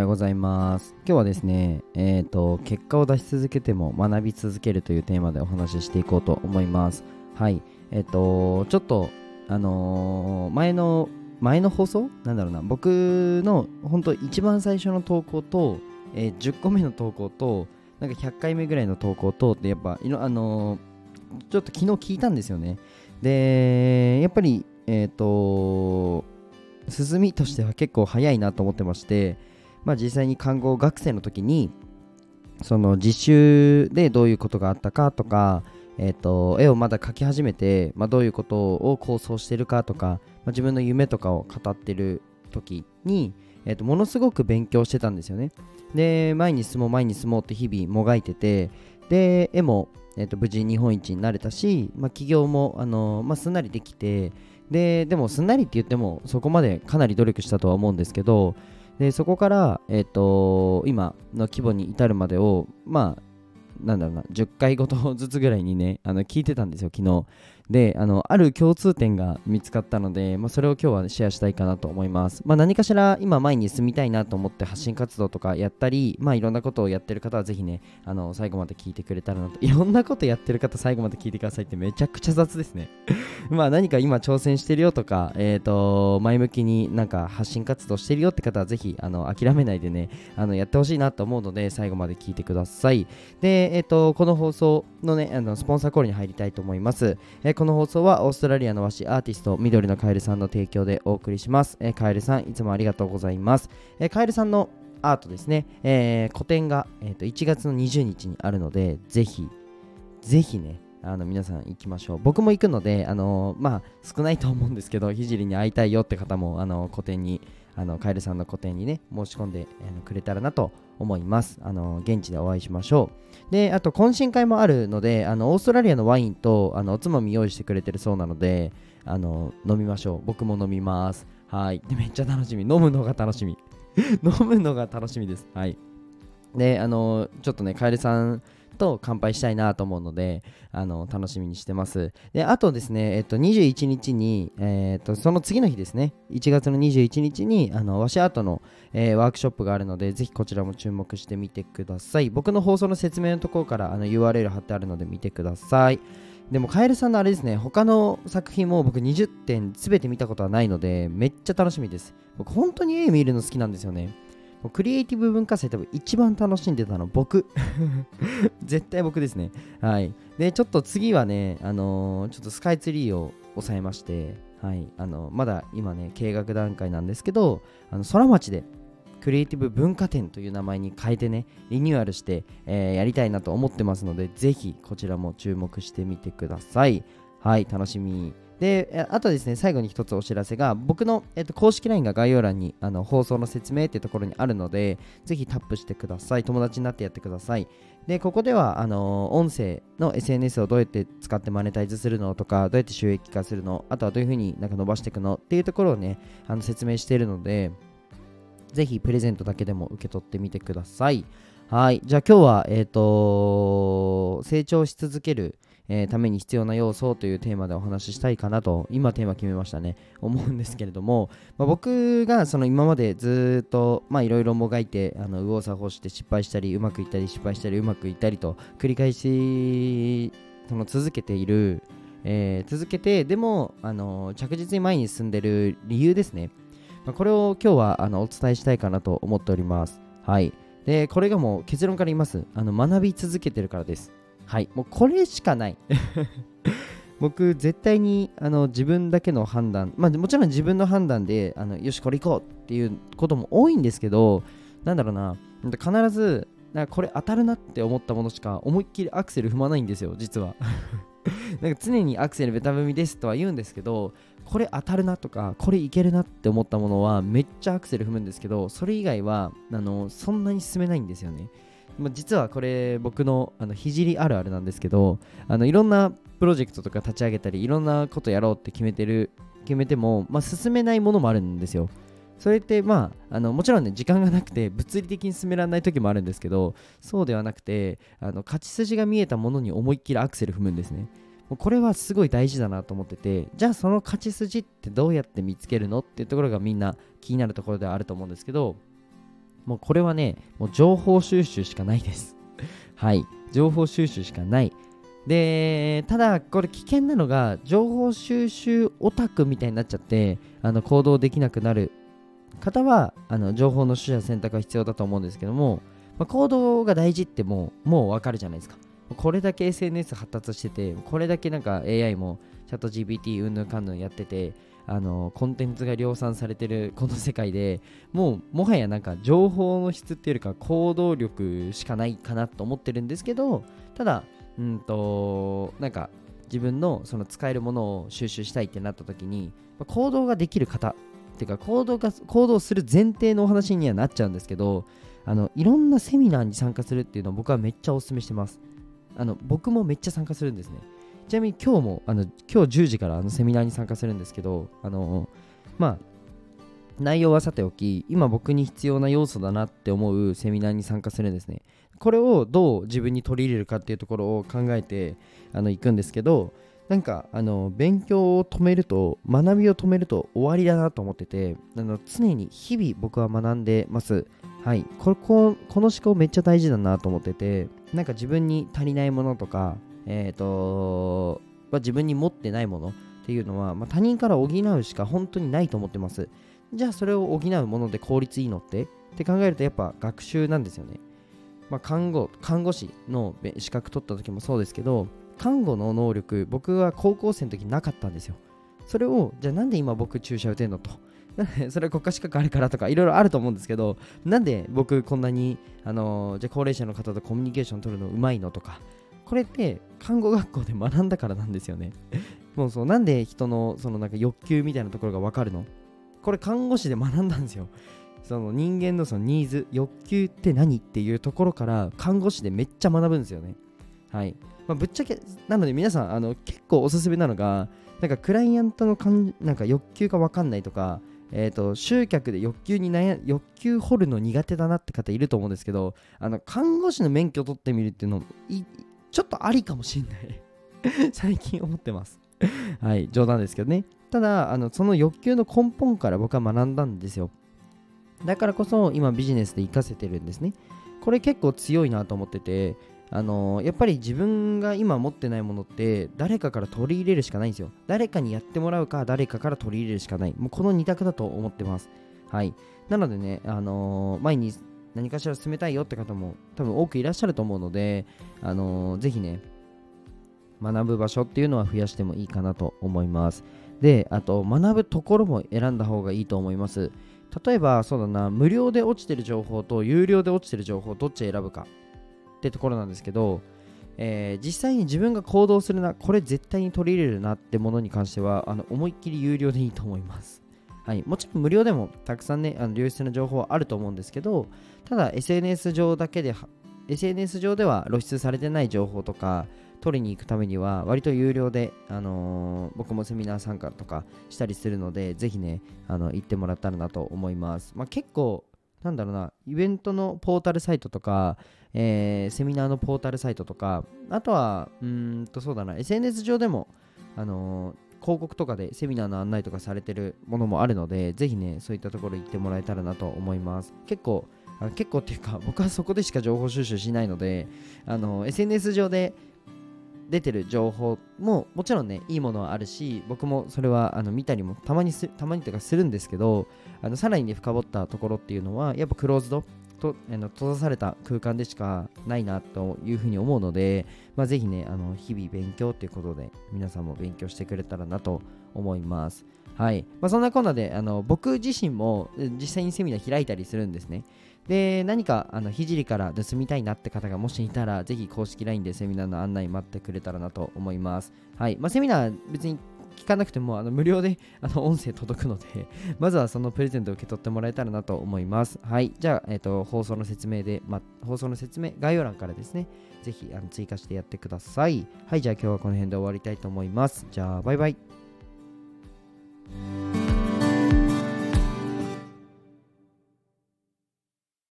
ようございます。今日はですね、結果を出し続けても学び続けるというテーマでお話ししていこうと思います。はい。ちょっと、前の放送僕の本当一番最初の投稿と、10個目の投稿と、なんか100回目ぐらいの投稿とってやっぱ、ちょっと昨日聞いたんですよね。で、やっぱり、進みとしては結構早いなと思ってまして、実際に看護学生の時にその実習でどういうことがあったかとか、絵をまだ描き始めて、どういうことを構想してるかとか、自分の夢とかを語ってる時に、ものすごく勉強してたんですよね。で、前に進もうって日々もがいてて、で絵も、無事日本一になれたし、起業も、すんなりできて、でもすんなりって言ってもそこまでかなり努力したとは思うんですけど、でそこから、今の規模に至るまでを10回ごとずつぐらいにね聞いてたんですよ昨日で。ある共通点が見つかったので、それを今日はシェアしたいかなと思います。何かしら今前に進みたいなと思って発信活動とかやったり、いろんなことをやってる方はぜひね最後まで聞いてくれたらなと。いろんなことやってる方最後まで聞いてくださいってめちゃくちゃ雑ですね何か今挑戦してるよとか、前向きになんか発信活動してるよって方はぜひ諦めないでねやってほしいなと思うので最後まで聞いてください。で、この放送のねスポンサーコールに入りたいと思います。この放送はオーストラリアの和紙アーティスト緑のカエルさんの提供でお送りします。カエルさんいつもありがとうございます。カエルさんのアートですね、個展が、1月の20日にあるのでぜひね皆さん行きましょう。僕も行くので少ないと思うんですけど、ひじりに会いたいよって方も個展にカエルさんの個展にね申し込んでくれたらなと思います。現地でお会いしましょう。であと懇親会もあるのでオーストラリアのワインとおつまみ用意してくれてるそうなので飲みましょう。僕も飲みます。はい。でめっちゃ楽しみ。飲むのが楽しみ飲むのが楽しみです。はい。でちょっとねカエルさんと乾杯したいなと思うので楽しみにしてます。であとですね、21日に、その次の日ですね、1月の21日に和紙アートの、ワークショップがあるのでぜひこちらも注目してみてください。僕の放送の説明のところからURL 貼ってあるので見てください。でもカエルさんのあれですね、他の作品も僕20点全て見たことはないのでめっちゃ楽しみです。僕本当に絵見るの好きなんですよね。クリエイティブ文化祭多分一番楽しんでたの僕絶対僕ですね。はい。でちょっと次はねちょっとスカイツリーを抑えまして、はい、まだ今ね計画段階なんですけど空町でクリエイティブ文化展という名前に変えてねリニューアルして、やりたいなと思ってますのでぜひこちらも注目してみてください。はい、楽しみで、あとですね、最後に一つお知らせが、僕の、公式 LINE が概要欄に放送の説明っていうところにあるので、ぜひタップしてください。友達になってやってください。で、ここでは、音声の SNS をどうやって使ってマネタイズするのとか、どうやって収益化するの、あとはどういうふうになんか伸ばしていくのっていうところをね、説明しているので、ぜひプレゼントだけでも受け取ってみてください。はい。じゃあ今日は、成長し続ける、ために必要な要素というテーマでお話ししたいかなと、今テーマ決めましたね、思うんですけれども、僕がその今までずっといろいろもがいて右往左往して失敗したりうまくいったり失敗したりうまくいったりと繰り返し続けている、続けてでも着実に前に進んでいる理由ですね。これを今日はお伝えしたいかなと思っております。はい。でこれがもう結論から言います。学び続けてるからです。はい。もうこれしかない僕絶対に自分だけの判断、もちろん自分の判断でよしこれ行こうっていうことも多いんですけど、必ずこれ当たるなって思ったものしか思いっきりアクセル踏まないんですよ実は常にアクセルベタ踏みですとは言うんですけど、これ当たるなとかこれいけるなって思ったものはめっちゃアクセル踏むんですけど、それ以外はそんなに進めないんですよね。実はこれ僕のひじりあるあるなんですけど、いろんなプロジェクトとか立ち上げたりいろんなことやろうって決めても、進めないものもあるんですよ。それってもちろんね時間がなくて物理的に進められない時もあるんですけど、そうではなくて勝ち筋が見えたものに思いっきりアクセル踏むんですね。もうこれはすごい大事だなと思ってて、じゃあその勝ち筋ってどうやって見つけるのっていうところがみんな気になるところではあると思うんですけど、 もうこれはね、もう情報収集しかないですはい、情報収集しかない。で、ただこれ危険なのが、情報収集オタクみたいになっちゃって行動できなくなる方は情報の取捨選択が必要だと思うんですけども、行動が大事ってもう分かるじゃないですか。これだけ SNS 発達してて、これだけなんか AI もチャット GPT うんぬんかんぬんやってて、コンテンツが量産されてるこの世界で、もはやなんか情報の質っていうよりか行動力しかないかなと思ってるんですけど、ただなんか自分のその使えるものを収集したいってなった時に、行動ができる方っていうか行動する前提のお話にはなっちゃうんですけど、いろんなセミナーに参加するっていうのを僕はめっちゃお勧めしてます。僕もめっちゃ参加するんですね。ちなみに今日10時からセミナーに参加するんですけど、内容はさておき、今僕に必要な要素だなって思うセミナーに参加するんですね。これをどう自分に取り入れるかっていうところを考えて行くんですけど、なんか勉強を止めると、学びを止めると終わりだなと思ってて、常に日々僕は学んでます。はい、この思考めっちゃ大事だなと思ってて、なんか自分に足りないものとか、自分に持ってないものっていうのは、他人から補うしか本当にないと思ってます。じゃあそれを補うもので効率いいのって考えると、やっぱ学習なんですよね。看護師の資格取った時もそうですけど、看護の能力、僕は高校生の時なかったんですよ。それをじゃあなんで今僕注射打てんのとそれは国家資格あるからとかいろいろあると思うんですけど、なんで僕こんなにじゃあ高齢者の方とコミュニケーション取るのうまいのとか、これって看護学校で学んだからなんですよねもうそう、なんで人のそのなんか欲求みたいなところが分かるの、これ看護師で学んだんですよ。その人間のそのニーズ、欲求って何っていうところから看護師でめっちゃ学ぶんですよね。はい。ぶっちゃけなので皆さん結構おすすめなのが、なんかクライアントのなんか欲求が分かんないとか、集客で欲求掘るの苦手だなって方いると思うんですけど、看護師の免許を取ってみるっていうのちょっとありかもしんない最近思ってますはい、冗談ですけどね。ただその欲求の根本から僕は学んだんですよ。だからこそ今ビジネスで活かせてるんですね。これ結構強いなと思ってて、やっぱり自分が今持ってないものって誰かから取り入れるしかないんですよ。誰かにやってもらうか誰かから取り入れるしかない、もうこの二択だと思ってます。はい。なのでね、前に何かしら進めたいよって方も多分多くいらっしゃると思うので、ぜひね、学ぶ場所っていうのは増やしてもいいかなと思います。で、あと学ぶところも選んだ方がいいと思います。例えばそうだな、無料で落ちてる情報と有料で落ちてる情報どっち選ぶかってところなんですけど、実際に自分が行動するな、これ絶対に取り入れるなってものに関しては思いっきり有料でいいと思います。はい、もちろん無料でもたくさんね良質な情報はあると思うんですけど、ただ SNS 上では露出されてない情報とか取りに行くためには割と有料で、僕もセミナー参加とかしたりするので、ぜひね行ってもらったらなと思います。結構なんだろうな、イベントのポータルサイトとか、セミナーのポータルサイトとか、あとはそうだな、 SNS 上でも広告とかでセミナーの案内とかされてるものもあるので、ぜひねそういったところ行ってもらえたらなと思います。結構っていうか、僕はそこでしか情報収集しないので、SNS 上で出てる情報ももちろんねいいものはあるし、僕もそれは見たりもたまにとかするんですけど、さらにね深掘ったところっていうのはやっぱクローズドと閉ざされた空間でしかないなというふうに思うので、ぜひね日々勉強ということで皆さんも勉強してくれたらなと思います。はい。そんなこんなで僕自身も実際にセミナー開いたりするんですね。で、何か聖から盗みたいなって方がもしいたら、ぜひ公式 LINE でセミナーの案内待ってくれたらなと思います。はい。セミナー別に聞かなくても無料で音声届くのでまずはそのプレゼントを受け取ってもらえたらなと思います。はい。じゃあ、放送の説明概要欄からですね、ぜひ追加してやってください。はい。じゃあ今日はこの辺で終わりたいと思います。じゃあバイバイ。